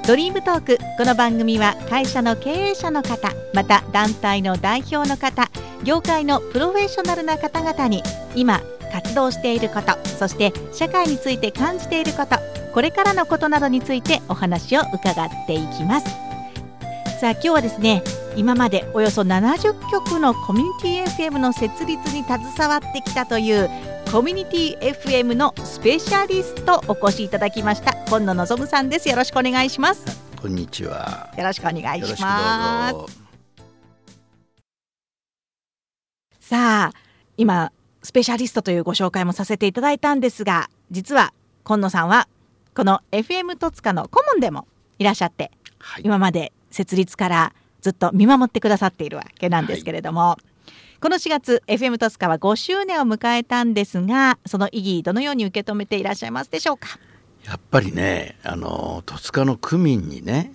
ドリームトーク。この番組は会社の経営者の方、また団体の代表の方、業界のプロフェッショナルな方々に今活動していること、そして社会について感じていること、これからのことなどについてお話を伺っていきます。さあ今日はですね、今までおよそ70局のコミュニティ FM の設立に携わってきたというコミュニティ FM のスペシャリストお越しいただきました今野望さんです。よろしくお願いします。 こんにちは。 よろしくお願いします。さあ今スペシャリストというご紹介もさせていただいたんですが、実は今野さんはこの FM 戸塚の顧問でもいらっしゃって、はい、今まで設立からずっと見守ってくださっているわけなんですけれども、はい、この4月 FM 戸塚は5周年を迎えたんですが、その意義どのように受け止めていらっしゃいますでしょうか。 やっぱりね、戸塚の区民にね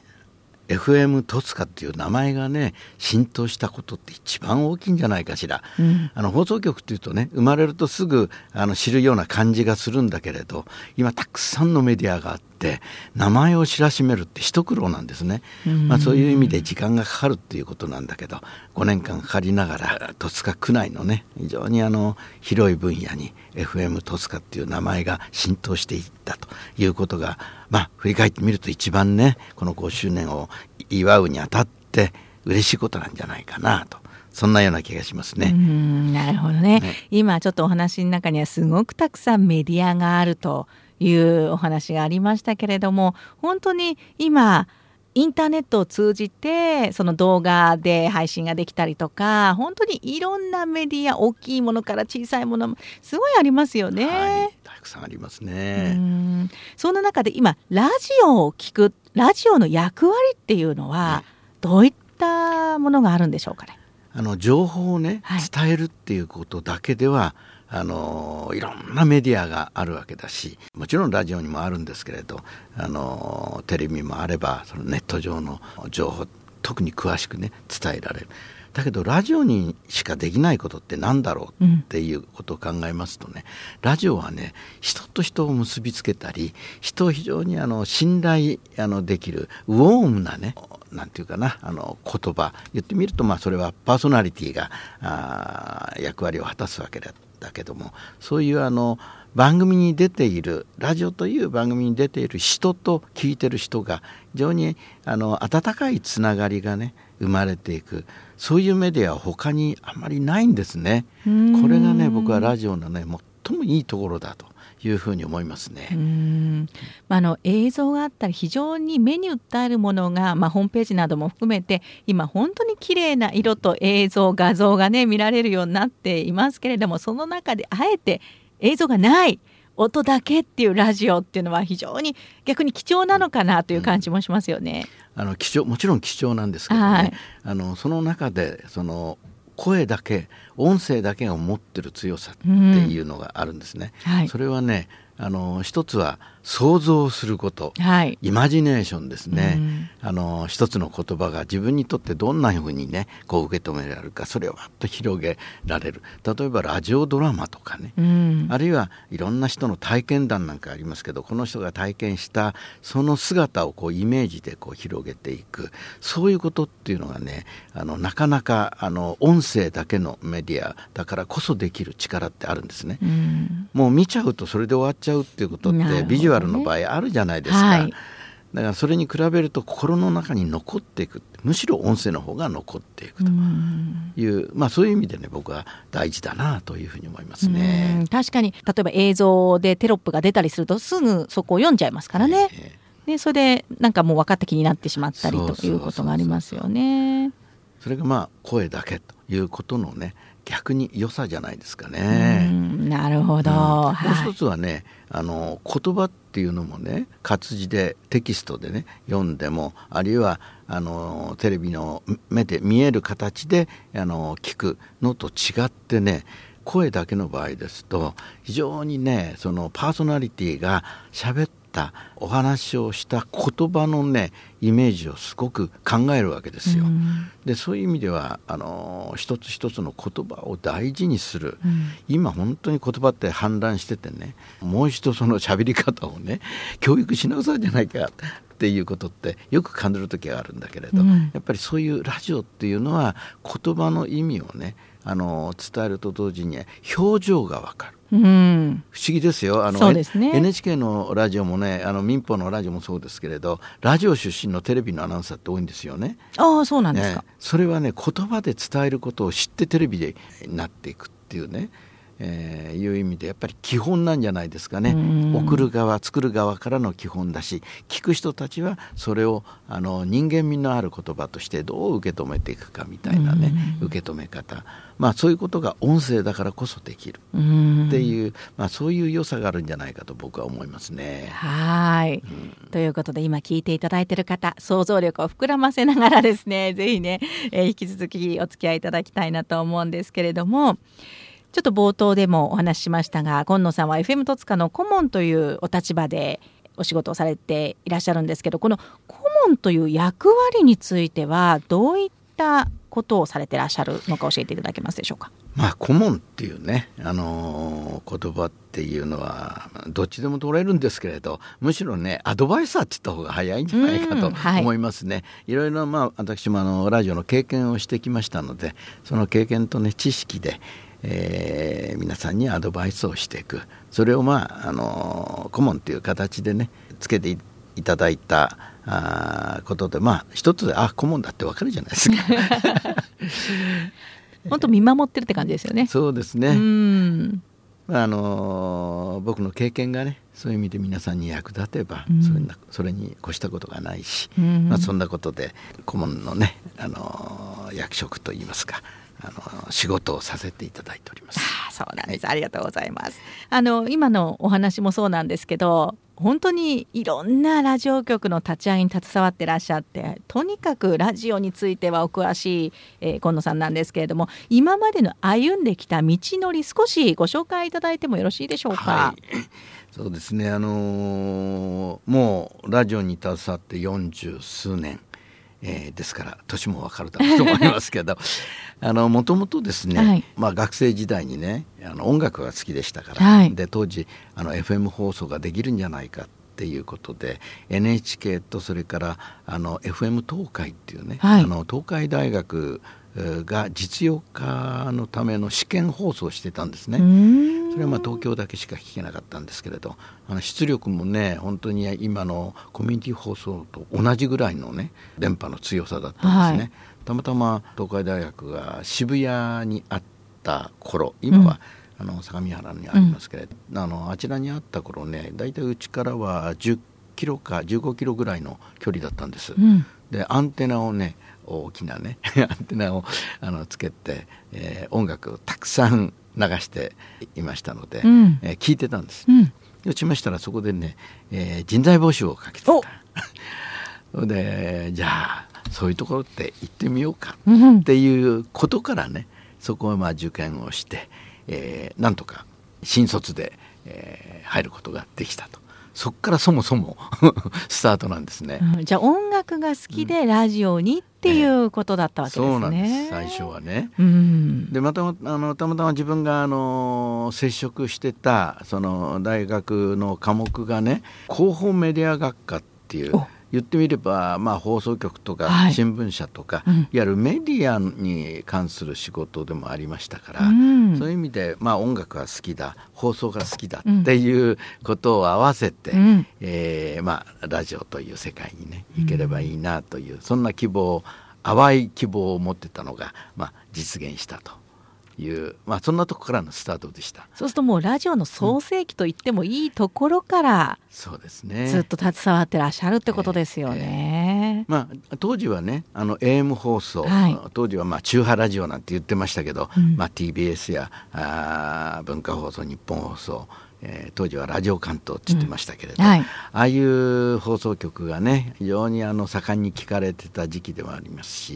FM 戸塚っていう名前がね浸透したことって一番大きいんじゃないかしら、放送局っていうとね、生まれるとすぐ知るような感じがするんだけれど、今たくさんのメディアがあって名前を知らしめるって一苦労なんですね。そういう意味で時間がかかるっていうことなんだけど、5年間かかりながら戸塚区内のね非常に広い分野に FM 戸塚っていう名前が浸透していったということが、振り返ってみると一番ねこの5周年を祝うにあたって嬉しいことなんじゃないかなと、そんなような気がしますね。 なるほどね。今ちょっとお話の中にはすごくたくさんメディアがあるというお話がありましたけれども、本当に今インターネットを通じてその動画で配信ができたりとか、本当にいろんなメディア、大きいものから小さいものもすごいありますよね。 はい、たくさんありますね。 そんな中で今ラジオを聞く、ラジオの役割っていうのはどういったものがあるんでしょうかね。 情報をね、伝えるっていうことだけではいろんなメディアがあるわけだし、もちろんラジオにもあるんですけれど、テレビもあればそのネット上の情報、特に詳しくね伝えられる。だけどラジオにしかできないことって何だろうっていうことを考えますとね、ラジオはね人と人を結びつけたり、人を非常に信頼できるウォームなね、なんていうかな、言葉言ってみると、それはパーソナリティが役割を果たすわけだけども、そういう番組に出ている、ラジオという番組に出ている人と聞いてる人が非常に温かいつながりがね生まれていく、そういうメディアは他にあまりないんですね。これがね僕はラジオのね最もいいところだというふうに思いますね。 映像があったり非常に目に訴えるものが、ホームページなども含めて今本当に綺麗な色と映像、画像がね見られるようになっていますけれども、その中であえて映像がない音だけっていうラジオっていうのは非常に逆に貴重なのかなという感じもしますよね。 もちろん貴重なんですけどね、その中でその声だけ、音声だけが持ってる強さっていうのがあるんですね。それはね一つは想像すること、イマジネーションですね。一つの言葉が自分にとってどんなふうにねこう受け止められるか、それをわっと広げられる。例えばラジオドラマとかね、あるいはいろんな人の体験談なんかありますけど、この人が体験したその姿をこうイメージでこう広げていく、そういうことっていうのがねなかなか音声だけのメディアだからこそできる力ってあるんですね。もう見ちゃうとそれで終わっちゃうっていうことってビジュアルの場合あるじゃないですか。だからそれに比べると心の中に残っていく、むしろ音声の方が残っていくという、そういう意味でね僕は大事だなというふうに思いますね。 確かに例えば映像でテロップが出たりするとすぐそこを読んじゃいますからね。それでなんかもう分かった気になってしまったりということがありますよね。 それが声だけということのね逆に良さじゃないですかね。 なるほど。もう一つはね言葉っていうのもね活字でテキストでね読んでも、あるいはテレビの目で見える形で聞くのと違ってね、声だけの場合ですと非常にねそのパーソナリティが喋ったお話をした言葉のねイメージをすごく考えるわけですよ。でそういう意味では一つ一つの言葉を大事にする、今本当に言葉って氾濫しててね、もう一度その喋り方をね教育し直さじゃないかっていうことってよく感じる時があるんだけれど、やっぱりそういうラジオっていうのは言葉の意味をね伝えると同時に表情がわかる。不思議ですよ。 そうですね、 NHK のラジオもね民放のラジオもそうですけれど、ラジオ出身のテレビのアナウンサーって多いんですよね。 ああ、そうなんですか。 それはね言葉で伝えることを知ってテレビでなっていくっていうね、いう意味でやっぱり基本なんじゃないですかね。送る側作る側からの基本だし、聞く人たちはそれを人間味のある言葉としてどう受け止めていくかみたいなね受け止め方、そういうことが音声だからこそできるっていう、そういう良さがあるんじゃないかと僕は思いますね。 はい、ということで今聞いていただいている方、想像力を膨らませながらですね、ぜひね、引き続きお付き合いいただきたいなと思うんですけれども、ちょっと冒頭でもお話ししましたが、今野さんは FM 戸塚の顧問というお立場でお仕事をされていらっしゃるんですけど、この顧問という役割についてはどういったことをされていらっしゃるのか教えていただけますでしょうか。 顧問っていうね、言葉っていうのはどっちでも取れるんですけれど、むしろねアドバイザーって言った方が早いんじゃないかと思いますね。いろいろ私もラジオの経験をしてきましたので、その経験とね知識で皆さんにアドバイスをしていく、それを顧問という形でねつけていただいたことで、一つで顧問だってわかるじゃないですか本当見守ってるって感じですよね。 そうですね。僕の経験がねそういう意味で皆さんに役立てば、それに越したことがないし、そんなことで顧問のね役職といいますか仕事をさせていただいております。 そうなんです、ありがとうございます。今のお話もそうなんですけど、本当にいろんなラジオ局の立ち上げに携わってらっしゃって、とにかくラジオについてはお詳しい、今野さんなんですけれども、今までの歩んできた道のり少しご紹介いただいてもよろしいでしょうか。 そうですね、もうラジオに携わって40数年、ですから年もわかるだろうと思いますけどもともとですね、学生時代にね音楽が好きでしたから、で当時FM 放送ができるんじゃないかっていうことで NHK とそれからFM 東海っていうね、東海大学が実用化のための試験放送をしてたんですね。それは東京だけしか聞けなかったんですけれど、出力もね本当に今のコミュニティ放送と同じぐらいのね電波の強さだったんですね。たまたま東海大学が渋谷にあった頃、今は相模原にありますけれど、あちらにあった頃ね、だいたいうちからは10キロか15キロぐらいの距離だったんです。でアンテナをね大きなねアンテナをつけて、音楽をたくさん流していましたので、聞いてたんです。でしましたらそこでね、人材募集をかけてたで、じゃあそういうところって行ってみようかっていうことからね、そこは受験をして、なんとか新卒で、入ることができたと。そこからそもそもスタートなんですね。 じゃあ音楽が好きでラジオにっていうことだったわけですね。そうなんです、 最初はね。でたまたま自分が接触してたその大学の科目がね、広報メディア学科っていう、言ってみれば、放送局とか新聞社とか、いわゆるメディアに関する仕事でもありましたから、そういう意味で、音楽が好きだ、放送が好きだっていうことを合わせて、ラジオという世界にね行ければいいなという、そんな希望、淡い希望を持ってたのが、実現したという、そんなとこからのスタートでした。 そうするともうラジオの創世期と言ってもいいところから、 そうですね、 ずっと携わってらっしゃるってことですよね。 当時はねAM 放送、当時は中波ラジオなんて言ってましたけど、TBS や文化放送、日本放送、当時はラジオ関東って言ってましたけれど、ああいう放送局がね非常に盛んに聞かれてた時期ではありますし、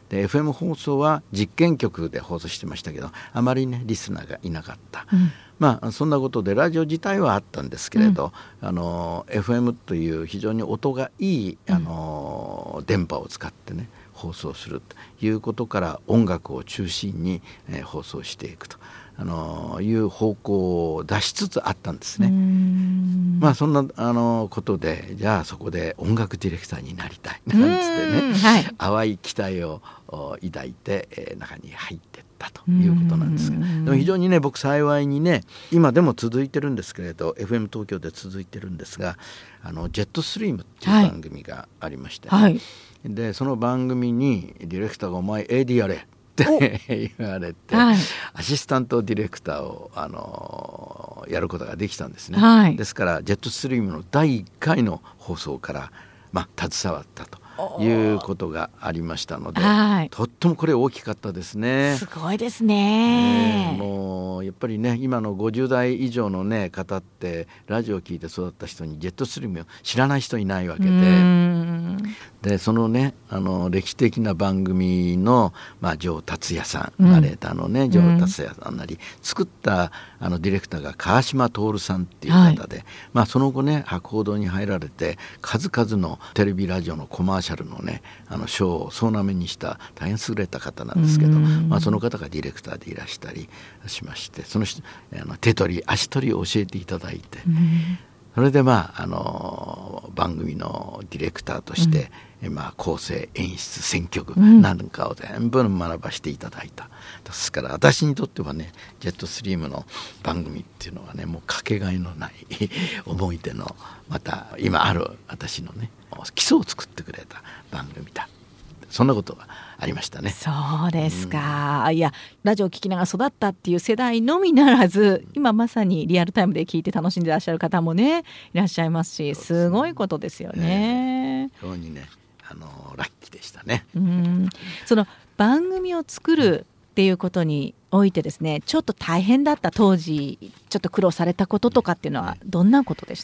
で FM 放送は実験局で放送してましたけど、あまりねリスナーがいなかった、そんなことでラジオ自体はあったんですけれど、FM という非常に音がいい電波を使ってね放送するということから音楽を中心に、放送していくという方向を出しつつあったんですね。そんなことで、じゃあそこで音楽ディレクターになりたいなんつってね、淡い期待を抱いて、中に入ってったということなんですが、でも非常にね僕幸いにね今でも続いてるんですけれど FM 東京で続いてるんですが、ジェットストリームっていう番組がありまして、でその番組にディレクターがお前 AD やれって言われて、アシスタントディレクターをやることができたんですね。ですからジェットストリームの第1回の放送から携わったということがありましたので、とってもこれ大きかったですね。 すごいですね。 もうやっぱりね今の50代以上の、ね、方ってラジオを聞いて育った人にジェットストリームを知らない人いないわけで、そのね歴史的な番組の、城達也さん、ナレーターのね城達也さんなり作ったディレクターが川島徹さんっていう方で、その後ね博報堂に入られて数々のテレビラジオのコマーシャルのね賞を総なめにした大変優れた方なんですけど、その方がディレクターでいらしたりしまして、その人手取り足取りを教えていただいて、それで番組のディレクターとして、構成演出選曲なんかを全部学ばせていただいた、ですから私にとってはねジェットストリームの番組っていうのはねもうかけがえのない思い出のまた今ある私のね基礎を作ってくれた番組だ、そんなことがありましたね。 そうですか、いやラジオを聞きながら育ったっていう世代のみならず今まさにリアルタイムで聞いて楽しんでいらっしゃる方もねいらっしゃいますし、すごいことですよね。 非常にねラッキーでしたね。 その番組を作るっていうことにおいてですね、ちょっと大変だった当時ちょっと苦労されたこととかっていうのはどんなことでした？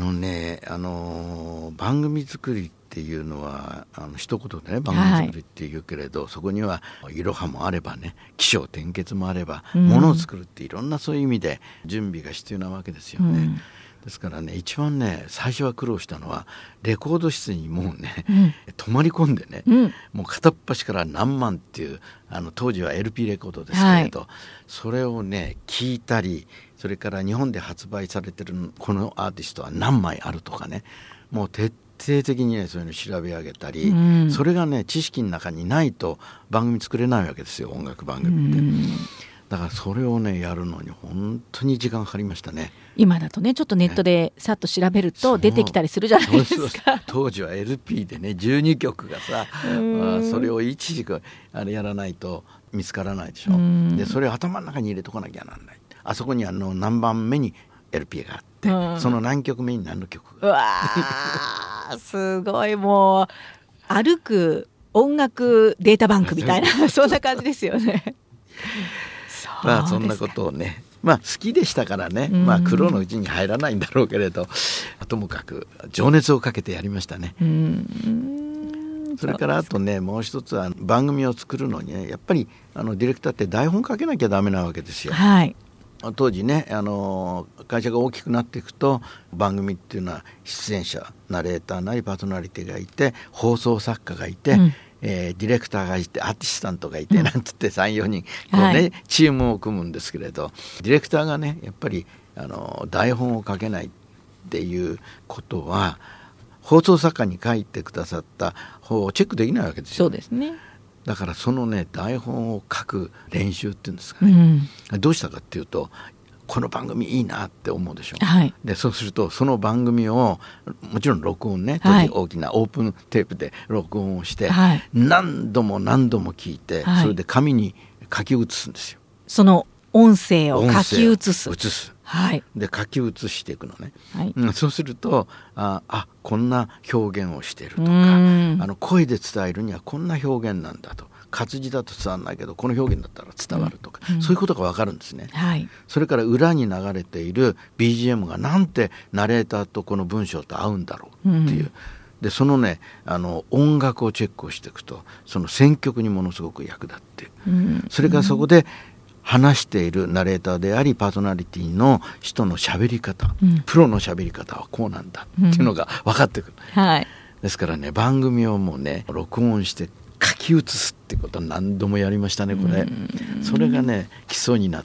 番組作りっていうのは一言でね番組作りっていうけれど、そこにはいろはもあればね起承転結もあれば、ものを作るっていろんなそういう意味で準備が必要なわけですよね。ですからね一番ね最初は苦労したのはレコード室にもうね、泊まり込んでね、もう片っ端から何万っていう当時は LP レコードですけれど、それをね聞いたり、それから日本で発売されてるこのアーティストは何枚あるとかね、もう徹底的にねそういうの調べ上げたり、それがね知識の中にないと番組作れないわけですよ、音楽番組って。だからそれをねやるのに本当に時間かかりましたね。 今だとねちょっとネットでさっと調べると出てきたりするじゃないですか。 当時は LP でね12曲がさ、それを一時やらないと見つからないでしょ。でそれを頭の中に入れとかなきゃなんない。あそこに何番目に LP があって、その何曲目に何の曲が。 うわすごい、もう歩く音楽データバンクみたいなそんな感じですよね。 そんなことをね好きでしたからね、苦労のうちに入らないんだろうけれど、ともかく情熱をかけてやりましたね。それからあとねもう一つは番組を作るのにねやっぱりディレクターって台本書けなきゃダメなわけですよ。当時ね会社が大きくなっていくと番組っていうのは出演者ナレーターなりパーソナリティがいて放送作家がいて、ディレクターがいてアーティスタントがいてなんつって 3,4 人こうね、チームを組むんですけれど、ディレクターがねやっぱり台本を書けないっていうことは放送作家に書いてくださった方をチェックできないわけですよ。 そうですね。 だからそのね台本を書く練習っていうんですかね、どうしたかっていうとこの番組いいなって思うでしょ、でそうするとその番組をもちろん録音ね、当時大きなオープンテープで録音をして、何度も何度も聞いて、それで紙に書き写すんですよ。 その音声を書き写す。 で書き写していくのね、そうするとこんな表現をしているとか、声で伝えるにはこんな表現なんだと、活字だと伝わらないけどこの表現だったら伝わるとか、そういうことが分かるんですね。それから裏に流れている BGM がなんてナレーターとこの文章と合うんだろうっていう、 でそのね音楽をチェックをしていくとその選曲にものすごく役立っている、それからそこで話しているナレーターでありパーソナリティの人の喋り方、プロの喋り方はこうなんだっていうのが分かってくる、はい、ですからね番組をもうね録音して書き写すってことは何度もやりましたねこれ。それがね基礎になって、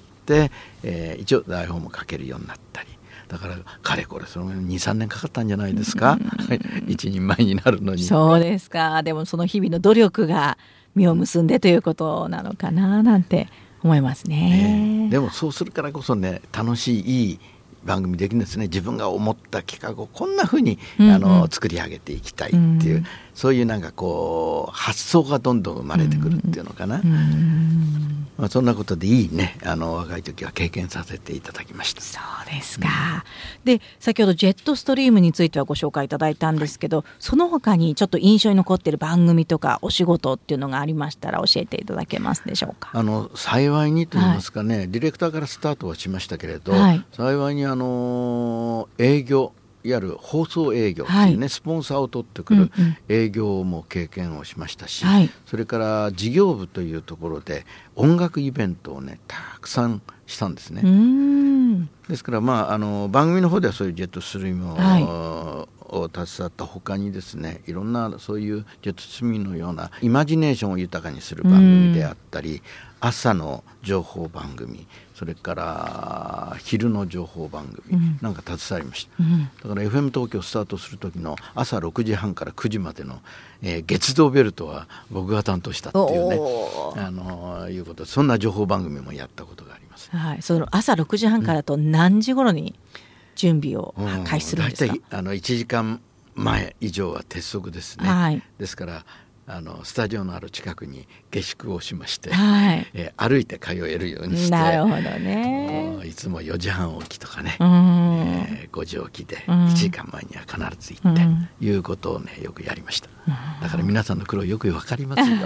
一応台本も書けるようになったり、だからかれこれその 2,3 年かかったんじゃないですか一人前になるのに。 そうですか。でもその日々の努力が実を結んでということなのかななんて思いますね。 でもそうするからこそね楽しいいい番組できるんですね。自分が思った企画をこんな風に、作り上げていきたいっていう、そういうなんかこう発想がどんどん生まれてくるっていうのかな、まあ、そんなことでいいね若い時は経験させていただきました。 そうですか、で先ほどジェットストリームについてはご紹介いただいたんですけど、その他にちょっと印象に残っている番組とかお仕事っていうのがありましたら教えていただけますでしょうか。 幸いにと言いますかね、ディレクターからスタートはしましたけれど、幸いに営業いわゆる放送営業っていうね、スポンサーを取ってくる営業も経験をしましたし、それから事業部というところで音楽イベントをねたくさんしたんですね。ですから、番組の方ではそういうジェットストリームを携わった他にですね、いろんなそういうジェットストリームのようなイマジネーションを豊かにする番組であったり、朝の情報番組、それから昼の情報番組なんか携わりました、だから FM 東京スタートする時の朝6時半から9時までの、月堂ベルトは僕が担当したっていうねいうことで、そんな情報番組もやったことがあります、 その朝6時半からと何時頃に準備を開始するんですか。 大体1時間前以上は鉄則ですね、ですからスタジオのある近くに下宿をしまして、歩いて通えるようにして、 なるほどね、 いつも4時半起きとかね、5時起きで1時間前には必ず行って、いうことをねよくやりました、だから皆さんの苦労よくわかりますよ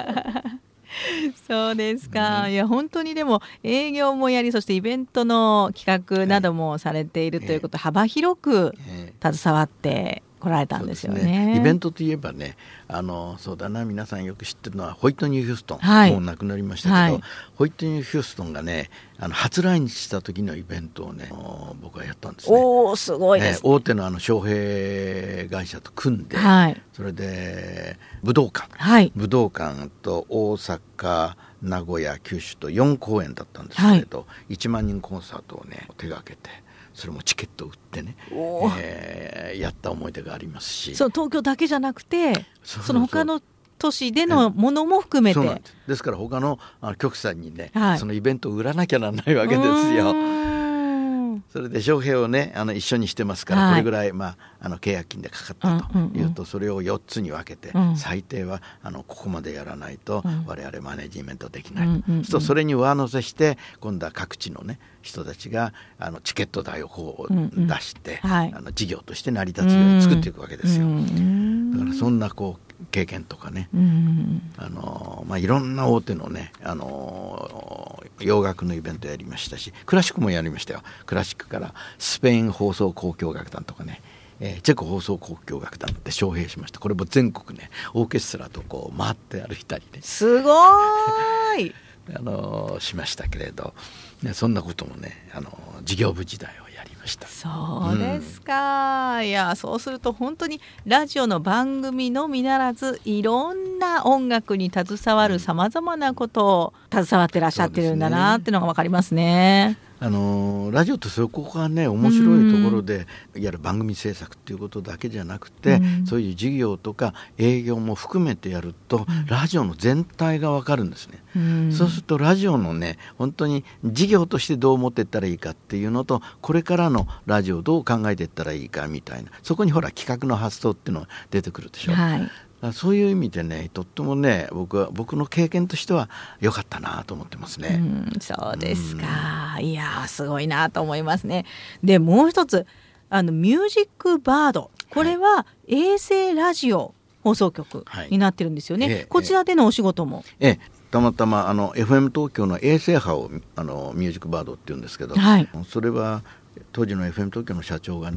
そうですか、いや本当にでも営業もやり、そしてイベントの企画などもされているということ、幅広く携わって来られたんですよ ね。 イベントといえばねそうだな、皆さんよく知ってるのはホイットニー・ヒューストン、もう亡くなりましたけど、ホイットニー・ヒューストンがね初来日した時のイベントをね僕はやったんですね。 すごいです、 大手の招聘会社と組んで、それで武道館、と大阪名古屋九州と4公演だったんですけれど、1万人コンサートをね手がけて、それもチケットを売ってね、やった思い出がありますし、 そう東京だけじゃなくてその他の都市でのものも含めて、 ですから他の局さんにね、そのイベントを売らなきゃならないわけですよ。それで招聘をね一緒にしてますから、これぐらい、契約金でかかったというと、それを4つに分けて、最低はここまでやらないと我々マネジメントできない、それに上乗せして今度は各地のね人たちがチケット代をこう出して、事業として成り立つように作っていくわけですよ。だからそんなこう経験とかね、いろんな大手のね洋楽のイベントやりましたし、クラシックもやりましたよ。クラシックからスペイン放送交響楽団とかね、チェコ放送交響楽団って招聘しました。これも全国ねオーケストラとこう回って歩いたりね、 すごいしましたけれど、そんなこともね事業部時代をやりました。 そうですか、いやそうすると本当にラジオの番組のみならず、いろんな音楽に携わるさまざまなことを携わってらっしゃってるんだなっていうのが分かりますね。 ラジオってそこがね面白いところで、いわゆる番組制作っていうことだけじゃなくて、そういう事業とか営業も含めてやると、ラジオの全体が分かるんですね。そうするとラジオのね本当に事業としてどう持っていったらいいかっていうのと、これからのラジオをどう考えていったらいいかみたいな、そこにほら企画の発想っていうのが出てくるでしょ、そういう意味でねとってもね僕の経験としては良かったなと思ってますね。 そうですか、いやすごいなと思いますね。でもう一つミュージックバード、これは衛星ラジオ放送局になってるんですよね、こちらでのお仕事も。 たまたまFM 東京の衛星波をミュージックバードっていうんですけど、それは当時の FM 東京の社長がね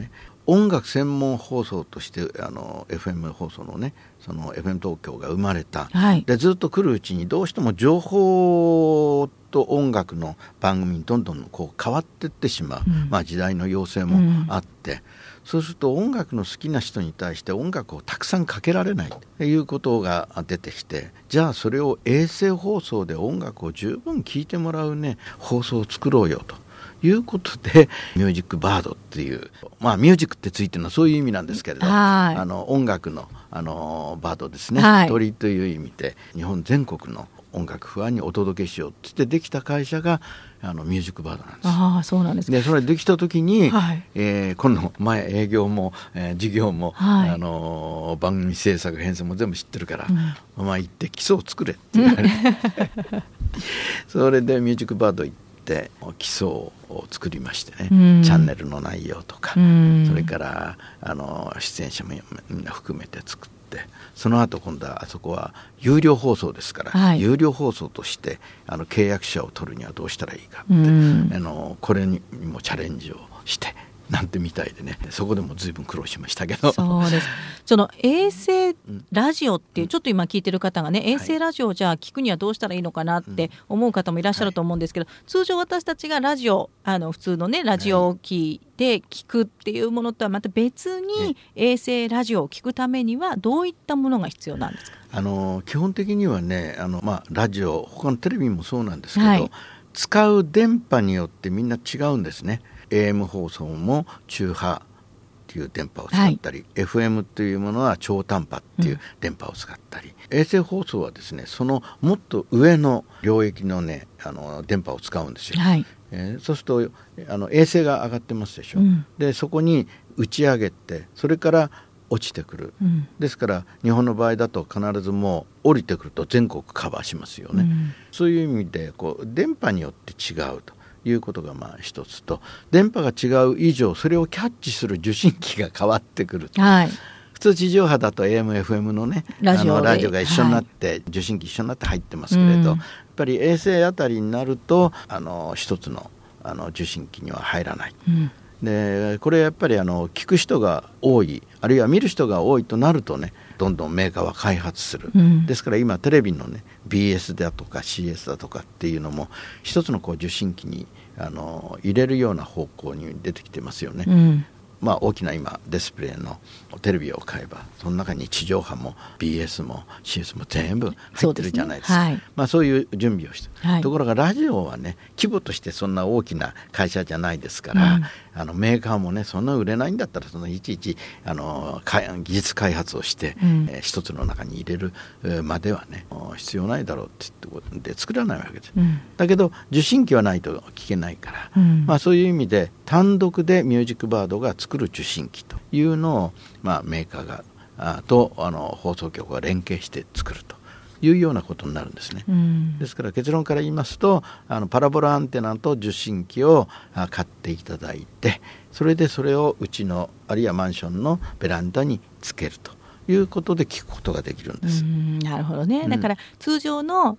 音楽専門放送としてFM 放送のね、その FM 東京が生まれた、 はい、 でずっと来るうちにどうしても情報と音楽の番組にどんどんこう変わっていってしまう、時代の要請もあって、そうすると音楽の好きな人に対して音楽をたくさんかけられないということが出てきて、じゃあそれを衛星放送で音楽を十分聴いてもらうね放送を作ろうよということで、ミュージックバードっていう、ミュージックってついてるのはそういう意味なんですけれど、音楽の、バードですね、鳥という意味で日本全国の音楽ファンにお届けしようってできた会社がミュージックバードなんです。 そうなんですか。 でそれできた時に、今度前営業も、事業も、番組制作編成も全部知ってるから、行って基礎を作れって言われてそれでミュージックバード行って基礎を作りましてね、チャンネルの内容とか、それから出演者もみんな含めて作って、その後今度はあそこは有料放送ですから、有料放送として契約者を取るにはどうしたらいいかって、これにもチャレンジをしてなんてみたいでね、そこでも随分苦労しましたけど。 そうです。その衛星ラジオっていう、ちょっと今聞いてる方がね、衛星ラジオをじゃあ聞くにはどうしたらいいのかなって思う方もいらっしゃると思うんですけど、通常私たちがラジオ普通のねラジオを聞いて聞くっていうものとはまた別に、衛星ラジオを聞くためにはどういったものが必要なんですか？ 基本的にはねラジオ、他のテレビもそうなんですけど、使う電波によってみんな違うんですね。AM 放送も中波っていう電波を使ったり、FM というものは超短波っていう電波を使ったり、衛星放送はですね、そのもっと上の領域のね電波を使うんですよ。そうすると衛星が上がってますでしょ、でそこに打ち上げて、それから落ちてくる、ですから日本の場合だと必ずもう降りてくると全国カバーしますよね、そういう意味で電波によって違うということが一つと、電波が違う以上それをキャッチする受信機が変わってくる、普通地上波だと AM、FM のねラジオが一緒になって、受信機一緒になって入ってますけれど、やっぱり衛星あたりになると一つの受信機には入らない、でこれやっぱり聞く人が多い、あるいは見る人が多いとなるとね、どんどんメーカーは開発する、ですから今テレビのね BS だとか CS だとかっていうのも一つの受信機に入れるような方向に出てきてますよね、大きな今ディスプレイのテレビを買えばその中に地上波も BS も CS も全部入ってるじゃないですか。そういう準備をして、ところがラジオはね規模としてそんな大きな会社じゃないですから、メーカーもねそんな売れないんだったらいちいち技術開発をして、一つの中に入れるまではね必要ないだろうって言って作らないわけです、だけど受信機はないと聞けないから、そういう意味で単独でミュージックバードが作る受信機というのを、メーカーがと放送局が連携して作るというようなことになるんですね、ですから結論から言いますとパラボラアンテナと受信機を買っていただいて、それをうちのあるいはマンションのベランダにつけるということで聞くことができるんです。 なるほどね、だから通常の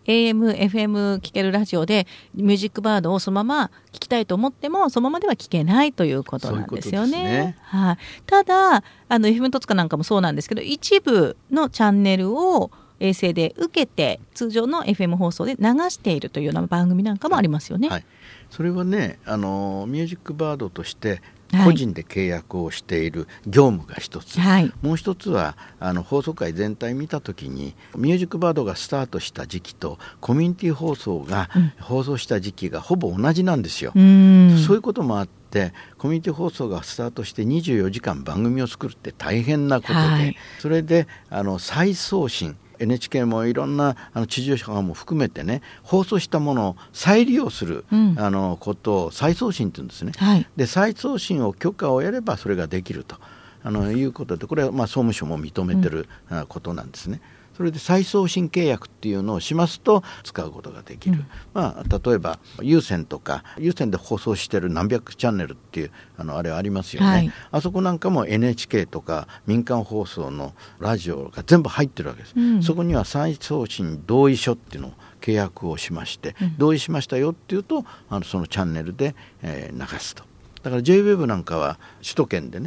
AM、FM 聞けるラジオでミュージックバードをそのまま聞きたいと思ってもそのままでは聞けないということなんですよね。ただFM 戸塚なんかもそうなんですけど、一部のチャンネルを衛星で受けて通常の FM 放送で流しているというような番組なんかもありますよね。 それはねミュージックバードとして個人で契約をしている業務が一つ、もう一つは放送界全体見たときにミュージックバードがスタートした時期とコミュニティ放送が放送した時期がほぼ同じなんですよ、そういうこともあってコミュニティ放送がスタートして24時間番組を作るって大変なことで、それで再送信NHK もいろんな地上波も含めてね放送したものを再利用する、ことを再送信というんですね、で再送信を許可を得ればそれができるということで、これは総務省も認めてることなんですね。それで再送信契約っていうのをしますと使うことができる、例えば有線とか有線で放送してる何百チャンネルっていうあれありますよね、あそこなんかも NHK とか民間放送のラジオが全部入ってるわけです、そこには再送信同意書っていうのを契約をしまして、同意しましたよっていうとそのチャンネルで、流すと。だから JWEB なんかは首都圏でね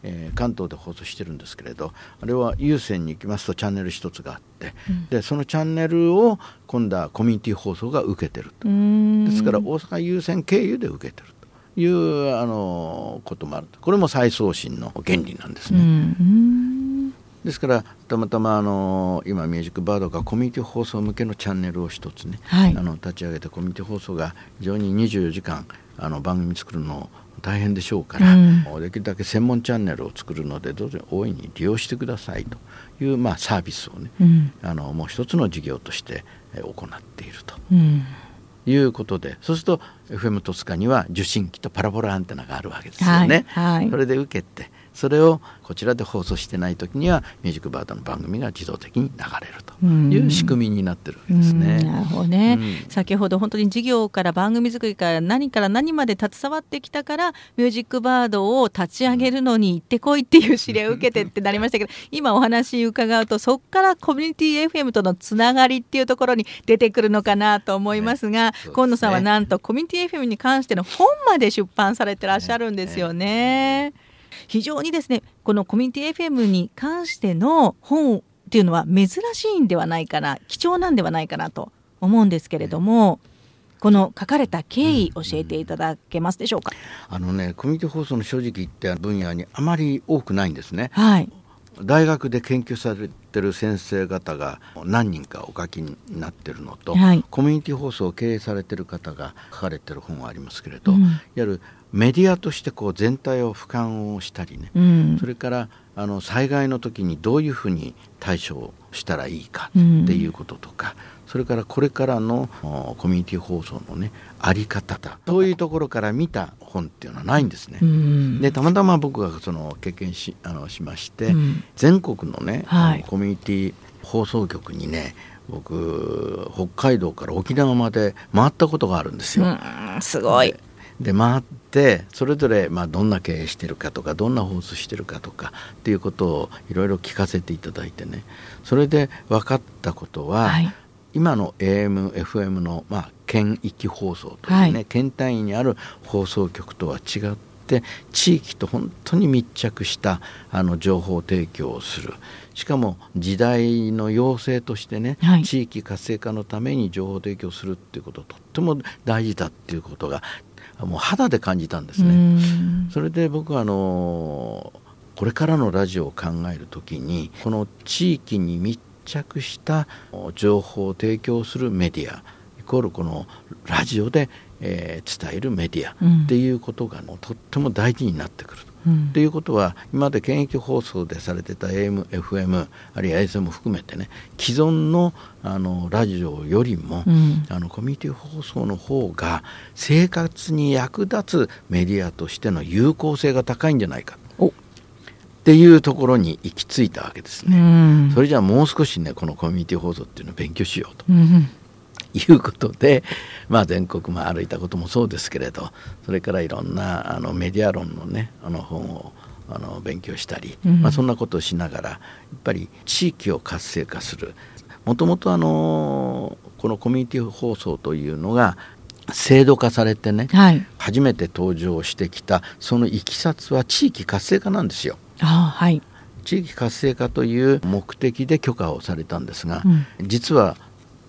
関東で放送してるんですけれど、あれは有線に行きますとチャンネル一つがあって、でそのチャンネルを今度はコミュニティ放送が受けてると。ですから大阪有線経由で受けてるということもある。これも再送信の原理なんですね。ですからたまたま今ミュージックバードがコミュニティ放送向けのチャンネルを一つね、立ち上げて、コミュニティ放送が非常に24時間番組作るの大変でしょうから、できるだけ専門チャンネルを作るのでどうぞ大いに利用してくださいという、サービスをね、もう一つの事業として行っているということで、そうすると FM 戸塚には受信機とパラボラアンテナがあるわけですよね。それで受けて、それをこちらで放送してないときにはミュージックバードの番組が自動的に流れるという仕組みになってるわけですね。 なるほどね。先ほど本当に事業から番組作りから何まで携わってきたからミュージックバードを立ち上げるのに行ってこいっていう指令を受けてってなりましたけど、今お話伺うとそこからコミュニティ FM とのつながりっていうところに出てくるのかなと思いますが、今野さんはなんとコミュニティ FM に関しての本まで出版されてらっしゃるんですよね。非常にですね、このコミュニティ FM に関しての本っていうのは珍しいんではないかな、貴重なんではないかなと思うんですけれども、この書かれた経緯教えていただけますでしょうか。 コミュニティ放送の正直言って分野にあまり多くないんですね。大学で研究されてる先生方が何人かお書きになってるのと、コミュニティ放送を経営されてる方が書かれてる本はありますけれど、いわゆるメディアとして全体を俯瞰をしたりね、それから災害の時にどういうふうに対処したらいいかっていうこととか、それからこれからのコミュニティ放送のねあり方だ、そういうところから見た本っていうのはないんですね。でたまたま僕が経験しまして、全国のね、コミュニティ放送局にね、僕北海道から沖縄まで回ったことがあるんですよ。 すごい。 で回ってそれぞれどんな経営してるかとかどんな放送してるかとかっていうことをいろいろ聞かせていただいてね、それで分かったことは、今の AM、FM の県域放送というね、県単位にある放送局とは違って地域と本当に密着した情報提供をする。しかも時代の要請としてね、地域活性化のために情報提供するっていうこととっても大事だっていうことがもう肌で感じたんですね。それで僕はこれからのラジオを考えるときに、この地域に密着した情報を提供するメディアイコールこのラジオで、伝えるメディアっていうことが、とっても大事になってくるということは、今まで県域放送でされてた AM、FM あるいは ASM も含めてね、既存のラジオよりも、コミュニティ放送の方が生活に役立つメディアとしての有効性が高いんじゃないかっていうところに行き着いたわけですね。それじゃあもう少しね、このコミュニティ放送っていうのを勉強しようということで、全国歩いたこともそうですけれど、それからいろんなメディア論のね本を勉強したり、そんなことをしながらやっぱり地域を活性化する。もともとこのコミュニティ放送というのが制度化されてね、初めて登場してきたそのいきさつは地域活性化なんですよ。地域活性化という目的で許可をされたんですが、実は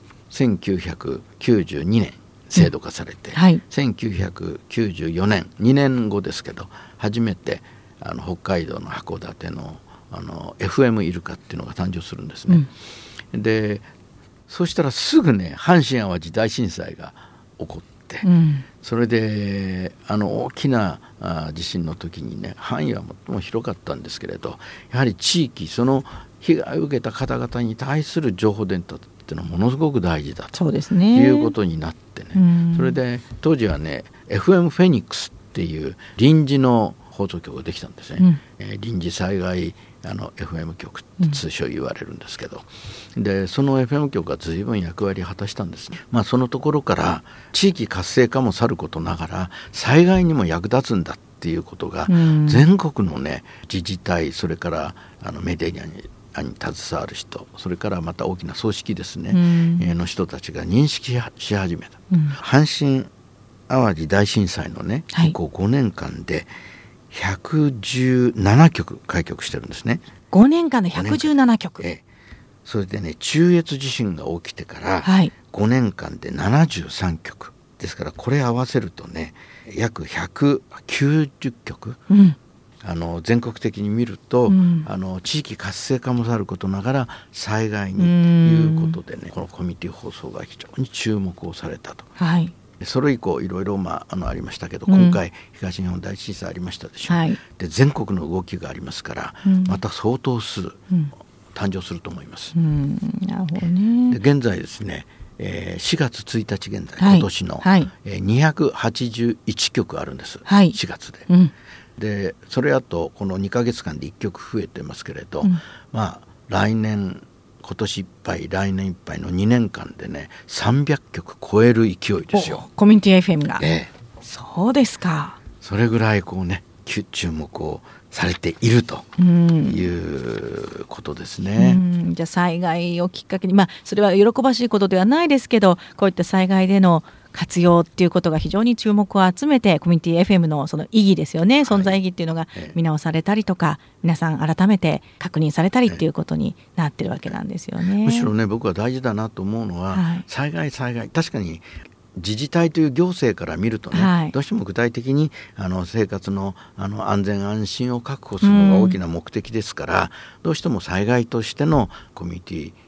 1992年制度化されて、1994年2年後ですけど初めて北海道の函館のFM イルカっていうのが誕生するんですね。でそうしたらすぐね、阪神淡路大震災が起こって、それで大きな地震の時にね、範囲は最も広かったんですけれど、やはり地域、その被害を受けた方々に対する情報伝達っていうのはものすごく大事だということになってね、それで当時はね FM フェニックスっていう臨時の放送局ができたんですね。臨時災害FM 局って通称言われるんですけど、でその FM 局が随分役割を果たしたんですね。そのところから地域活性化もさることながら災害にも役立つんだっていうことが、全国のね自治体、それからメディアに携わる人、それからまた大きな組織ですね、の人たちが認識し始めた。阪神淡路大震災のね、5年間で 117曲開局してるんですね。 5年間で117曲。 それでね、中越地震が起きてから5年間で73曲ですから、これ合わせるとね約190曲、全国的に見ると、地域活性化もさることながら災害にということでね、このコミュニティ放送が非常に注目をされたと。それ以降いろいろありましたけど、今回東日本大震災ありましたでしょ。で全国の動きがありますから、また相当数誕生すると思います。 なるほどね。 で現在ですね、4月1日現在、今年の、281曲あるんです、4月で。でそれあとこの2ヶ月間で1曲増えてますけれど、来年今年いっぱい来年いっぱいの2年間でね300曲超える勢いですよ、 コミュニティ FM が。そうですか。 それぐらいこうね注目をされているということですね。 じゃあ災害をきっかけに、それは喜ばしいことではないですけど、こういった災害での活用っていうことが非常に注目を集めて、コミュニティ FM のその意義ですよね、存在意義っていうのが見直されたりとか、皆さん改めて確認されたりっていうことになってるわけなんですよね。 むしろね、僕は大事だなと思うのは、災害確かに自治体という行政から見るとね、どうしても具体的に生活の安全安心を確保するのが大きな目的ですから、どうしても災害としてのコミュニティ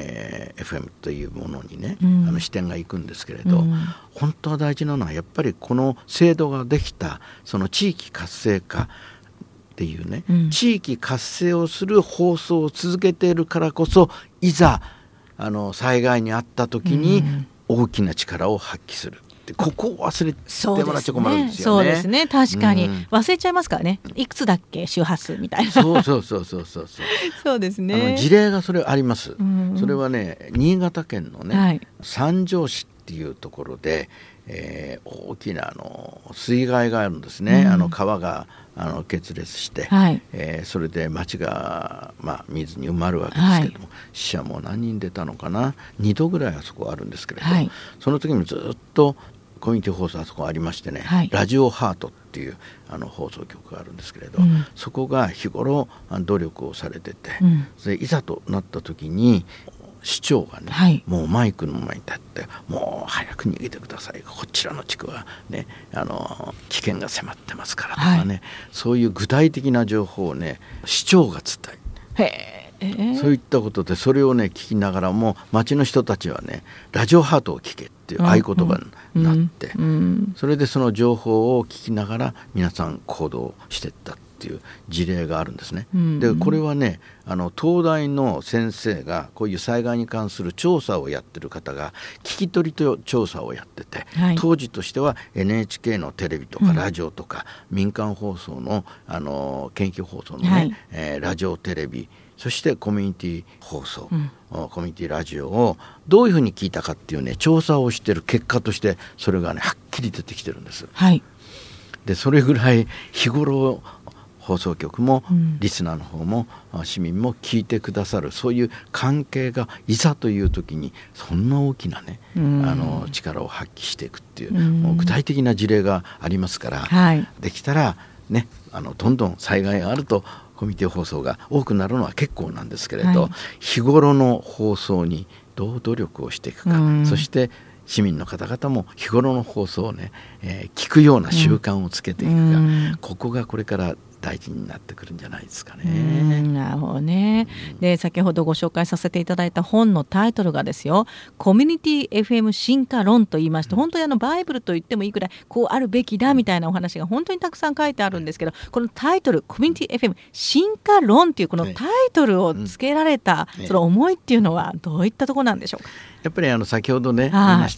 FM というものにね、視点がいくんですけれど、本当は大事なのはやっぱりこの制度ができたその地域活性化っていうね、地域活性をする放送を続けているからこそ、いざ災害にあった時に大きな力を発揮する。ここを忘れてもらっちゃ困るんですよね。 そうですね、確かに、忘れちゃいますからね。いくつだっけ周波数みたいな。 そうそうですね。 事例がそれあります。それはね、新潟県のね、三条市っていうところで、大きな水害があるんですね。川が決裂して、それで町が、水に埋まるわけですけれども、死者も何人出たのかな、2度ぐらいあそこあるんですけれど、その時にずっとコミュニティ放送あそこありましてね、ラジオハートっていう放送局があるんですけれど、そこが日頃努力をされてて、でいざとなった時に市長がね、もうマイクの前に立って、もう早く逃げてください、こちらの地区はね危険が迫ってますからとかね、そういう具体的な情報をね市長が伝え、そういったことで、それをね聞きながらも町の人たちはねラジオハートを聞けっていう合言葉になって、それでその情報を聞きながら皆さん行動していったっていう事例があるんですね。でこれはね東大の先生がこういう災害に関する調査をやってる方が聞き取りと調査をやってて、当時としては NHK のテレビとかラジオとか、民間放送の研究放送のね、ラジオテレビ、そしてコミュニティ放送、コミュニティラジオをどういうふうに聞いたかっていうね調査をしてる結果として、それがねはっきり出てきてるんです。でそれぐらい日頃放送局もリスナーの方も市民も聞いてくださる、そういう関係がいざという時にそんな大きなね力を発揮していくっていう、もう具体的な事例がありますから、できたらねどんどん災害があるとコミュニティ放送が多くなるのは結構なんですけれど、日頃の放送にどう努力をしていくか、そして市民の方々も日頃の放送をね、聞くような習慣をつけていくか、ここがこれから大事になってくるんじゃないですかね。 なるほどね。で先ほどご紹介させていただいた本のタイトルがですよ、コミュニティ FM 進化論と言いまして、本当にバイブルと言ってもいいくらいこうあるべきだみたいなお話が本当にたくさん書いてあるんですけど、このタイトルコミュニティ FM 進化論っていうこのタイトルをつけられたその思いっていうのはどういったところなんでしょうか。 やっぱり先ほどね言いました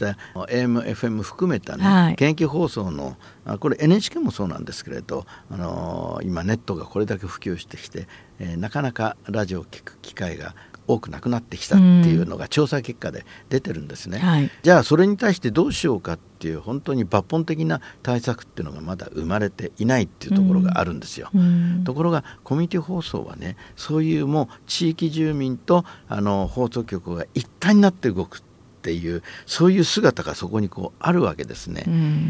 AM、FM 含めたね、研究放送のこれ NHK もそうなんですけれど、今ネットがこれだけ普及してきて、なかなかラジオを聞く機会が多くなくなってきたっていうのが調査結果で出てるんですね。じゃあそれに対してどうしようかっていう本当に抜本的な対策っていうのがまだ生まれていないっていうところがあるんですよ。ところがコミュニティ放送はね、そういうもう地域住民と放送局が一体になって動くっていう、そういう姿がそこにこうあるわけですね。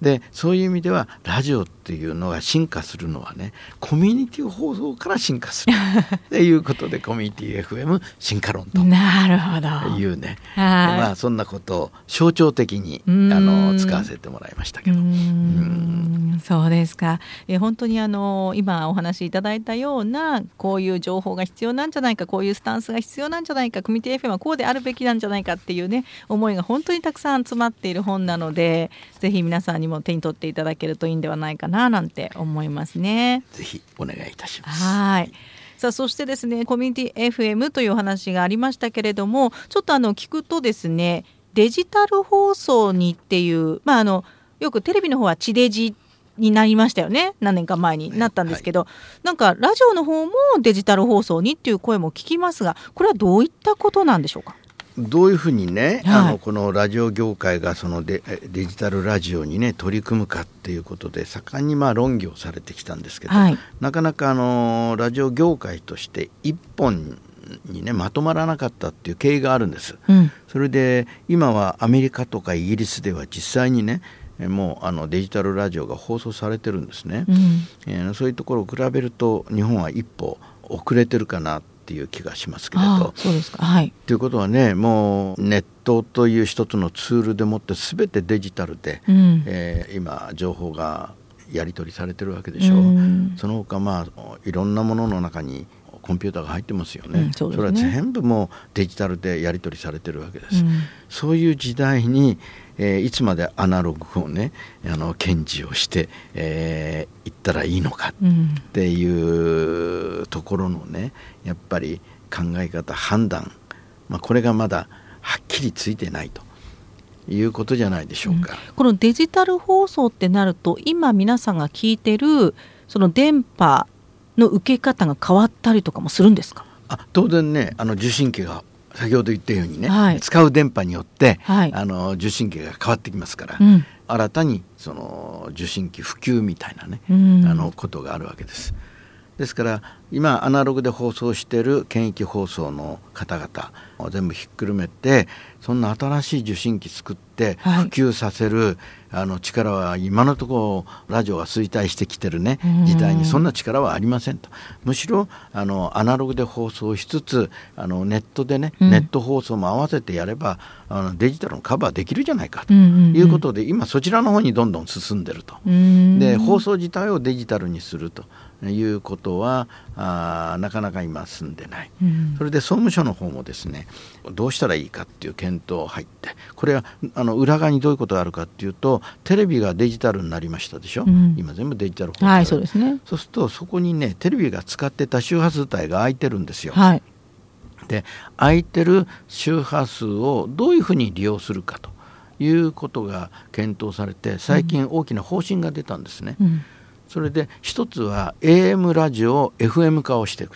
でそういう意味ではラジオっていうのが進化するのはね、コミュニティ放送から進化するっていうことでコミュニティ FM 進化論というね、そんなことを象徴的に使わせてもらいましたけど。 そうですか。本当に今お話しいただいたようなこういう情報が必要なんじゃないか、こういうスタンスが必要なんじゃないか、コミュニティ FM はこうであるべきなんじゃないかっていうね、思いが本当にたくさん詰まっている本なので、ぜひ皆さんにも手に取っていただけるといいんではないかななんて思いますね。 ぜひお願いいたします。 はい。さあそしてですね、コミュニティ FM というお話がありましたけれども、ちょっと聞くとですね、デジタル放送にっていう、よくテレビの方は地デジになりましたよね。何年か前になったんですけど、なんかラジオの方もデジタル放送にっていう声も聞きますが、これはどういったことなんでしょうか。 どういうふうにね、このラジオ業界がそのデジタルラジオにね取り組むかっていうことで盛んに論議をされてきたんですけど、なかなかラジオ業界として一本にねまとまらなかったっていう経緯があるんです、それで今はアメリカとかイギリスでは実際にねもうデジタルラジオが放送されてるんですね、そういうところを比べると日本は一歩遅れてるかなっていう気がしますけれど。 そうですか。はい。 ということはね、もうネットという一つのツールでもって全てデジタルで、今情報がやり取りされてるわけでしょう、その他いろんなものの中にコンピューターが入ってますよね、それは全部もうデジタルでやり取りされてるわけです、そういう時代に、いつまでアナログをね堅持をして、いったらいいのかっていうところのねやっぱり考え方判断、これがまだはっきりついてないということじゃないでしょうか、 このデジタル放送ってなると今皆さんが聞いてるその電波の受け方が変わったりとかもするんですか。 当然ね受信機が先ほど言ったようにね、使う電波によって、受信機が変わってきますから、新たにその受信機普及みたいなね、ことがあるわけです。ですから今アナログで放送している県域放送の方々を全部ひっくるめてそんな新しい受信機作って普及させる、力は今のところラジオが衰退してきてるね時代にそんな力はありませんと。むしろアナログで放送しつつネットでね、ネット放送も合わせてやればデジタルのカバーできるじゃないかということで、今そちらの方にどんどん進んでると。で放送自体をデジタルにするということはなかなか今進んでない、それで総務省の方もですねどうしたらいいかっていう検討入って、これは裏側にどういうことがあるかっていうと、テレビがデジタルになりましたでしょ、今全部デジタル放送、 そうですね。 そうするとそこにねテレビが使ってた周波数帯が空いてるんですよ、で空いてる周波数をどういうふうに利用するかということが検討されて最近大きな方針が出たんですね、それで一つは AM ラジオを FM 化をしていく。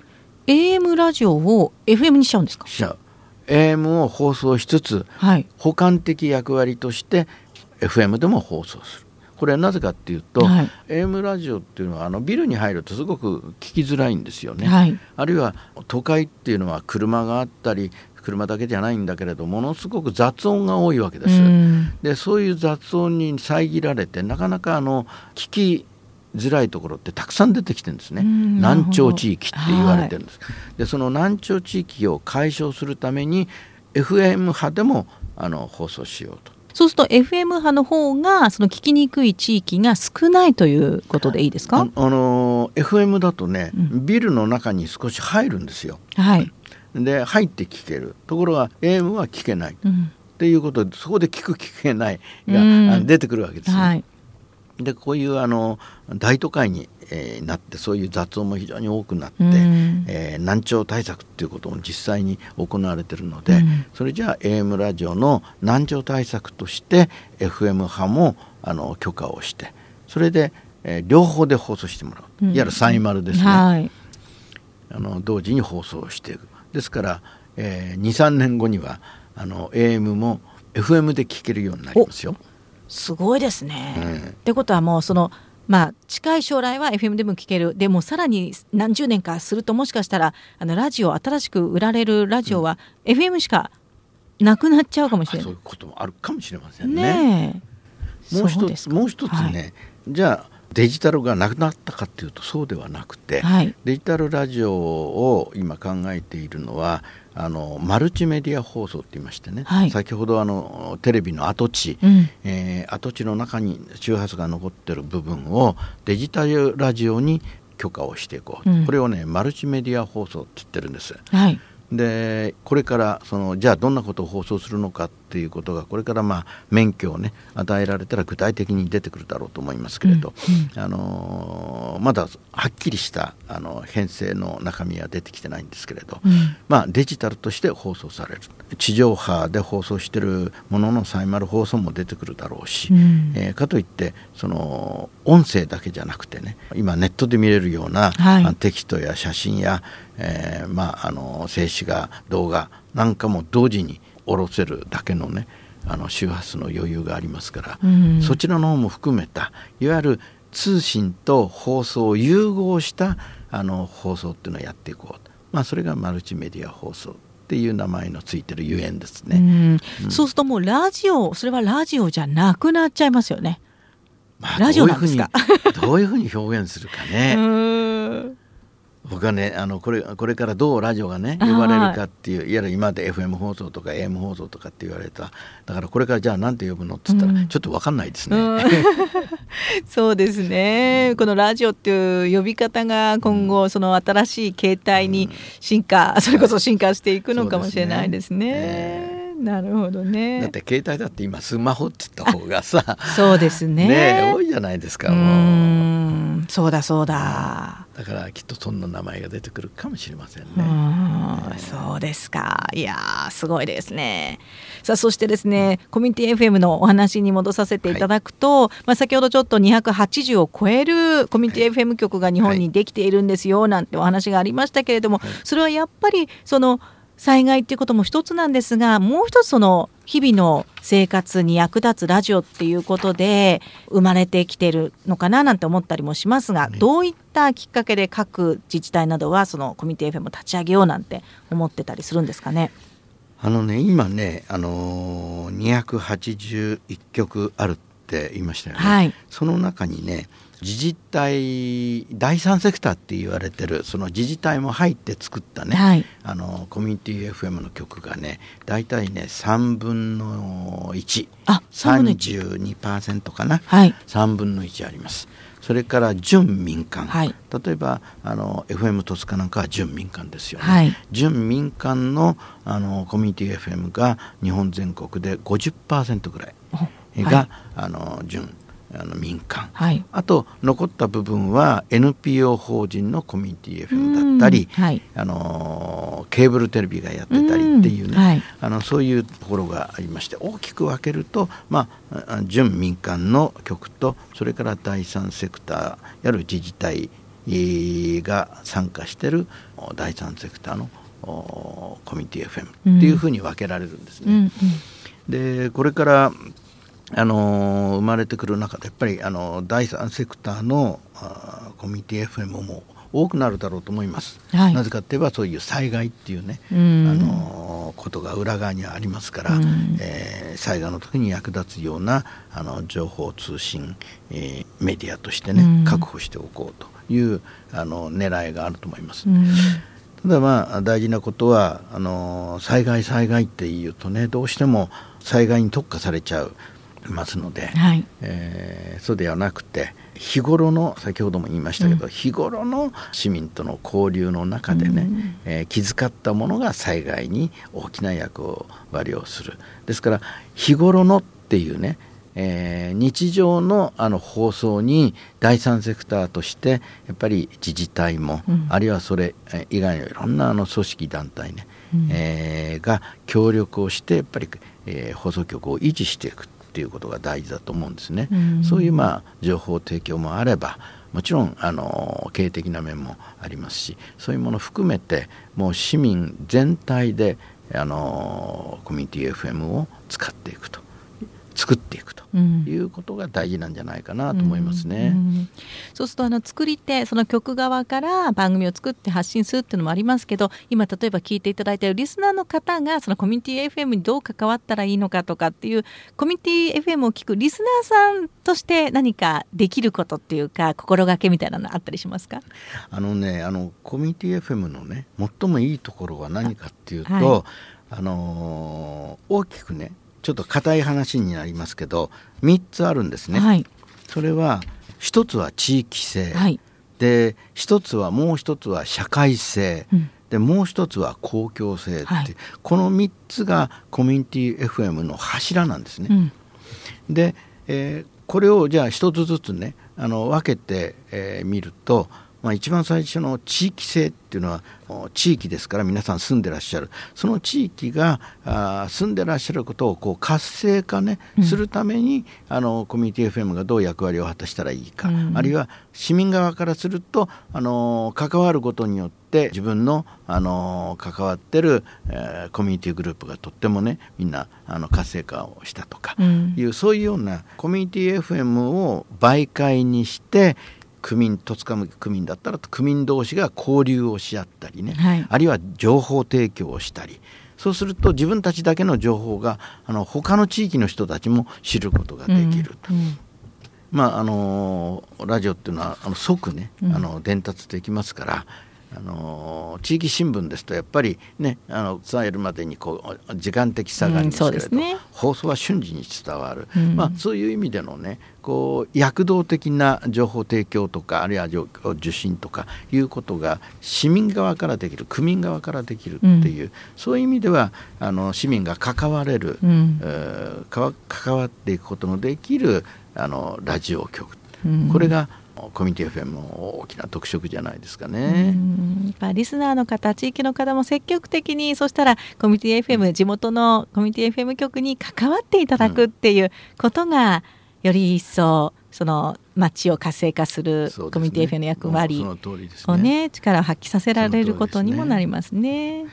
AM ラジオを FM にしちゃうんですか。 しちゃう。 AM を放送しつつ、補完的役割として FM でも放送する。これはなぜかっていうと、AM ラジオっていうのはビルに入るとすごく聞きづらいんですよね、あるいは都会っていうのは車があったり車だけじゃないんだけれどものすごく雑音が多いわけです、でそういう雑音に遮られてなかなか聞きづらいところってたくさん出てきてるんですね。難聴地域って言われてるんです、でその難聴地域を解消するために FM 波でも放送しようと。 そうすると FM 波の方がその聞きにくい地域が少ないということでいいですか。 FM だとね、ビルの中に少し入るんですよ、で入って聞けるところが AM は聞けない、っていうことでそこで聞く聞けないが出てくるわけですね、でこういう大都会に、なってそういう雑音も非常に多くなって、難聴対策っていうことも実際に行われているので、それじゃあ AM ラジオの難聴対策として FM 波も許可をしてそれで、両方で放送してもらう、いわゆるサイマルですね、同時に放送していく。ですから、2、3年後にはAM も FM で聞けるようになりますよ。 すごいですね、ってことはもう近い将来は FM でも聞ける。でもさらに何十年かするともしかしたらラジオ新しく売られるラジオは FM しかなくなっちゃうかもしれない、 そういうこともあるかもしれませんね。 もう一つね、じゃあデジタルがなくなったかっていうとそうではなくて、デジタルラジオを今考えているのはマルチメディア放送って言いましてね、先ほどテレビの跡地、跡地の中に周波数が残ってる部分をデジタルラジオに許可をしていこう、これをねマルチメディア放送って言ってるんです。でこれからじゃあどんなことを放送するのかっていうことがこれから免許をね与えられたら具体的に出てくるだろうと思いますけれど、まだはっきりした編成の中身は出てきてないんですけれど、デジタルとして放送される、地上波で放送しているもののサイマル放送も出てくるだろうし、かといって音声だけじゃなくてね、今ネットで見れるような、テキストや写真や、静止画動画なんかも同時に下ろせるだけのね周波数の余裕がありますから、そちらの方も含めたいわゆる通信と放送を融合した放送っていうのをやっていこう、それがマルチメディア放送っていう名前のついてるゆえんですね。 そうするともうそれはラジオじゃなくなっちゃいますよね。ラジオなんですか。 どういうふうに表現するかね。僕はねこれからどうラジオがね呼ばれるかっていう、いわゆる今まで FM 放送とか AM 放送とかって言われた、だからこれからじゃあなんて呼ぶのって言ったら、ちょっと分かんないですね。 そうですね。このラジオっていう呼び方が今後その新しい形態にそれこそ進化していくのかもしれないですね。なるほどね。 だって携帯だって今スマホって言った方がさそうですね。 多いじゃないですか。 そうだ。 だからきっとそんな名前が出てくるかもしれませんね。 そうですか。いやすごいですね。さあそしてですね、コミュニティ FM のお話に戻させていただくと、先ほどちょっと280を超えるコミュニティ FM 局が日本にできているんですよなんてお話がありましたけれども、それはやっぱり災害っていうことも一つなんですが、もう一つ日々の生活に役立つラジオっていうことで生まれてきてるのかななんて思ったりもしますが、どういったきっかけで各自治体などはそのコミュニティ FM を立ち上げようなんて思ってたりするんですかね。 今ね281局あるって言いましたよね。その中にね自治体第三セクターって言われてるその自治体も入って作ったね、コミュニティ FM の曲がねだいたいね3分の1、32% かな、3分の1あります。それから準民間、例えばFM 戸塚なんかは準民間ですよね。準民間のコミュニティ FM が日本全国で 50% ぐらいが、準民間、あと残った部分は NPO 法人のコミュニティ FM だったり、ケーブルテレビがやってたりっていうね、そういうところがありまして、大きく分けると、準民間の局とそれから第三セクターやる自治体が参加している第三セクターのコミュニティ FM っていうふうに分けられるんですね。でこれから生まれてくる中でやっぱり第三セクターのコミュニティ FM も多くなるだろうと思います。なぜかといえばそういう災害っていうね、ことが裏側にはありますから、災害の時に役立つような情報通信、メディアとしてね確保しておこうという狙いがあると思います。ただ大事なことは災害っていうとねどうしても災害に特化されちゃうますので、そうではなくて日頃の先ほども言いましたけど、日頃の市民との交流の中でね、気遣ったものが災害に大きな役割をする。ですから日頃のっていうね、日常の放送に第三セクターとしてやっぱり自治体も、あるいはそれ以外のいろんな組織団体ね、が協力をしてやっぱり、放送局を維持していくっていうことが大事だと思うんですね。そういう情報提供もあればもちろん経営的な面もありますし、そういうものを含めてもう市民全体でコミュニティ FM を使っていくと。 作っていくということが大事なんじゃないかなと思いますね。 そうすると作り手、その局側から番組を作って発信するっていうのもありますけど、今例えば聞いていただいているリスナーの方がそのコミュニティ FM にどう関わったらいいのかとかっていう、コミュニティ FM を聞くリスナーさんとして何かできることっていうか心がけみたいなのあったりしますか？ コミュニティ FM のね最もいいところは何かっていうと、大きくねちょっと硬い話になりますけど3つあるんですね。はい、それは一つは地域性、はい、でもう一つは社会性、でもう一つは公共性って、はい、この3つがコミュニティ FM の柱なんですね。で、これをじゃあ一つずつね分けてみると、一番最初の地域性っていうのは地域ですから皆さん住んでらっしゃる、その地域が住んでらっしゃることをこう活性化ね、するためにコミュニティ FM がどう役割を果たしたらいいか、あるいは市民側からすると関わることによって自分の関わってるコミュニティグループがとってもねみんな活性化をしたとかいう、そういうようなコミュニティ FM を媒介にして戸塚区民だったら区民同士が交流をし合ったりね、はい、あるいは情報提供をしたり、そうすると自分たちだけの情報が他の地域の人たちも知ることができる、ラジオっていうのは即ね伝達できますから、地域新聞ですとやっぱりね伝えるまでに時間的差がありますけれど、放送は瞬時に伝わる、そういう意味でのね躍動的な情報提供とかあるいは受信とかいうことが市民側からできる、区民側からできるっていう、そういう意味では市民が関われる、関わっていくことのできるラジオ局、これがコミュニティ FM の大きな特色じゃないですかね。 リスナーの方、地域の方も積極的に、そしたらコミュニティ FM、地元のコミュニティ FM 局に関わっていただくっていうことが、より一層その街を活性化するコミュニティ FM の役割をね、力を発揮させられることにもなりますね。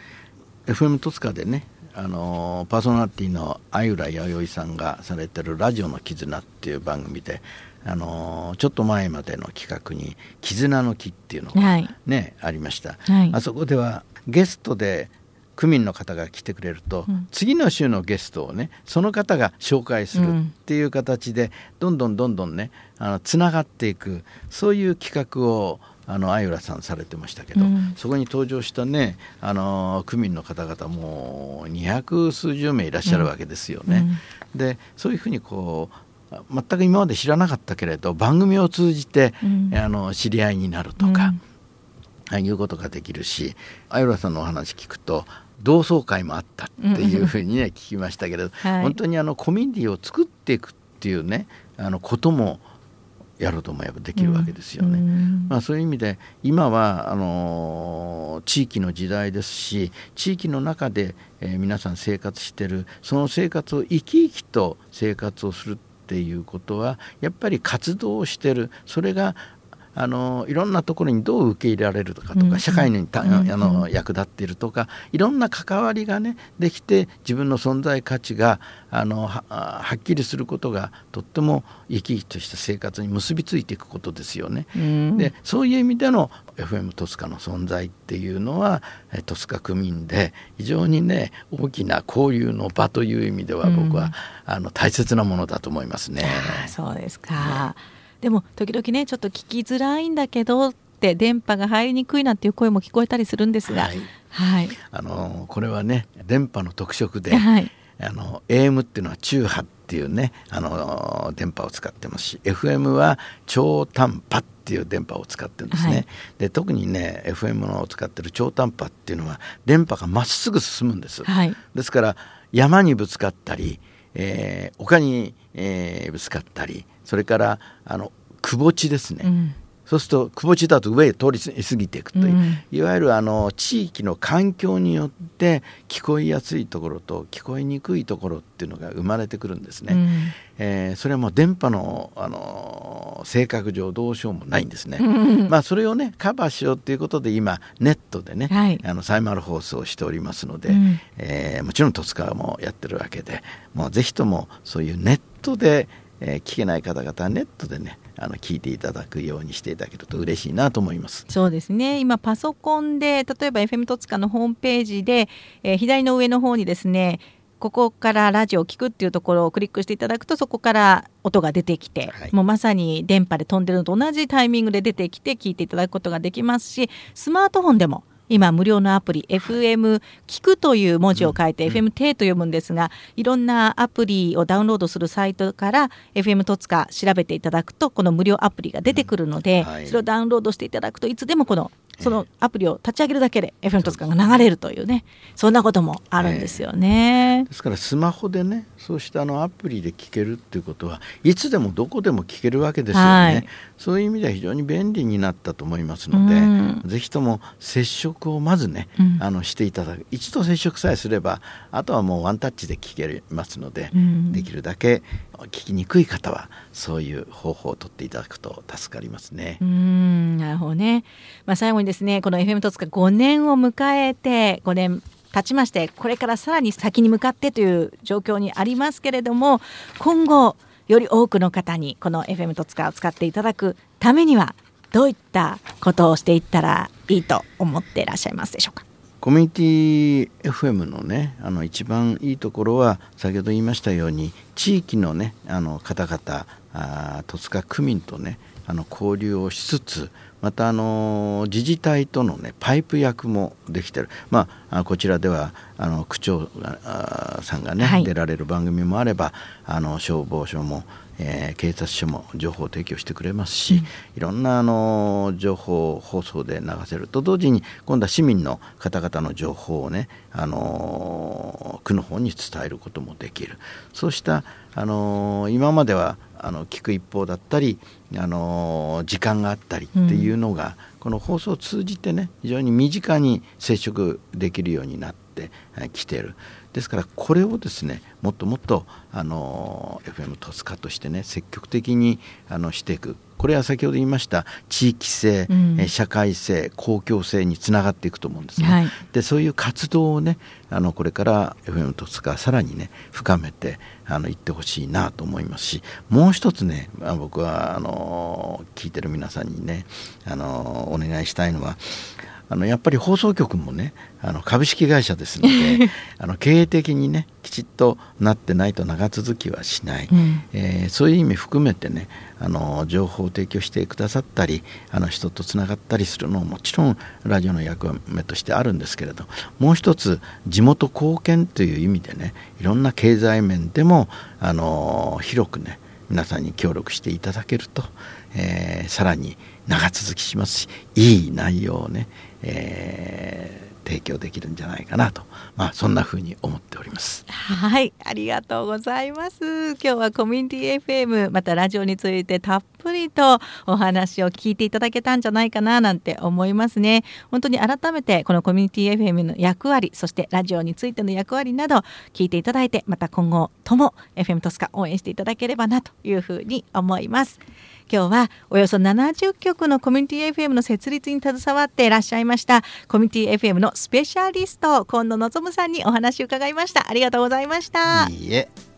FM 戸塚でねパーソナリティの相浦弥生さんがされてるラジオの絆っていう番組でちょっと前までの企画に絆の木っていうのが、ねありました、あそこではゲストで区民の方が来てくれると、次の週のゲストをねその方が紹介するっていう形で、どんどんねつながっていく、そういう企画を相浦さんされてましたけど、そこに登場したね区民の方々も200数十名いらっしゃるわけですよね、でそういうふうに全く今まで知らなかったけれど番組を通じて、知り合いになるとか、いうことができるし、相浦さんのお話聞くと同窓会もあったっていうふうにね聞きましたけれど、本当にコミュニティを作っていくっていうねこともやろうと思えばできるわけですよね、そういう意味で今は地域の時代ですし、地域の中で、皆さん生活してる、その生活を生き生きと生活をするっていうことはやっぱり活動をしてる、それがいろんなところにどう受け入れられるとか社会に役立っているとか、いろんな関わりがねできて自分の存在価値がはっきりすることがとっても生き生きとした生活に結びついていくことですよね、でそういう意味での FM 戸塚の存在っていうのは戸塚区民で非常にね大きな交流の場という意味では僕は大切なものだと思いますね。 そうですか、でも時々ねちょっと聞きづらいんだけどって電波が入りにくいなんていう声も聞こえたりするんですが、 これはね電波の特色で、AM っていうのは中波っていうね電波を使ってますし、 FM は超短波っていう電波を使ってるんですね、で特にね FM を使ってる超短波っていうのは電波がまっすぐ進むんです、ですから山にぶつかったり、丘に、ぶつかったり、それからくぼ地ですね、そうするとくぼ地だと上へ通り過ぎていくという、いわゆる地域の環境によって聞こえやすいところと聞こえにくいところっていうのが生まれてくるんですね、それはもう電波の、性格上どうしようもないんですね、それをねカバーしようということで今ネットでね、サイマル放送をしておりますので、もちろん戸塚もやってるわけで、もうぜひともそういうネットで、聞けない方々はネットでね聞いていただくようにしていただけると嬉しいなと思います。 そうですね。今パソコンで例えば FM 戸塚のホームページで、左の上の方にですね、ここからラジオを聞くっていうところをクリックしていただくと、そこから音が出てきて、もうまさに電波で飛んでるのと同じタイミングで出てきて聞いていただくことができますし、スマートフォンでも今無料のアプリ FM 聞くという文字を書いて FM テと読むんですが、いろんなアプリをダウンロードするサイトから FM 戸塚調べていただくとこの無料アプリが出てくるので、それをダウンロードしていただくといつでもそのアプリを立ち上げるだけで FM 戸塚が流れるというね、そんなこともあるんですよね。 ですからスマホでね、そうしたアプリで聞けるっていうことはいつでもどこでも聞けるわけですよね、そういう意味では非常に便利になったと思いますので、ぜひとも接触をまずね、していただく。一度接触さえすればあとはもうワンタッチで聞けますので、できるだけ聞きにくい方はそういう方法を取っていただくと助かりますね。 なるほどね。最後にですね、この FM 戸塚5年を迎えて5年経ちまして、これからさらに先に向かってという状況にありますけれども、今後より多くの方にこの FM 戸塚を使っていただくためにはどういったことをしていったらいいと思っていらっしゃいますでしょうか。 コミュニティ FM のね一番いいところは先ほど言いましたように地域のね方々戸塚区民とね交流をしつつ、また自治体とのねパイプ役もできてる。こちらでは区長さんがね、出られる番組もあれば消防署も警察署も情報提供してくれますし、いろんな情報を放送で流せると同時に、今度は市民の方々の情報をね区の方に伝えることもできる。そうした今までは聞く一方だったり時間があったりっていうのが、この放送を通じてね非常に身近に接触できるようになってきている。ですからこれをですねもっともっとFM 戸塚としてね積極的にしていく。これは先ほど言いました地域性、社会性、公共性につながっていくと思うんですね、でそういう活動をねこれから FM 戸塚さらにね深めていってほしいなと思いますし、もう一つね僕は聞いてる皆さんにねお願いしたいのはやっぱり放送局もね株式会社ですので経営的にねきちっとなってないと長続きはしない、そういう意味含めてね情報を提供してくださったり人とつながったりするのももちろんラジオの役目としてあるんですけれど、もう一つ地元貢献という意味でねいろんな経済面でも広くね皆さんに協力していただけると、さらに長続きしますし、いい内容をね、提供できるんじゃないかなと、そんな風に思っております。 はい、ありがとうございます。今日はコミュニティ FM またラジオについてたっぷりとお話を聞いていただけたんじゃないかななんて思いますね。本当に改めてこのコミュニティ FM の役割、そしてラジオについての役割など聞いていただいて、また今後とも FM 戸塚応援していただければなというふうに思います。今日はおよそ70局のコミュニティ FM の設立に携わっていらっしゃいましたコミュニティ FM のスペシャリスト今野望さんにお話を伺いました。ありがとうございました。 いいえ。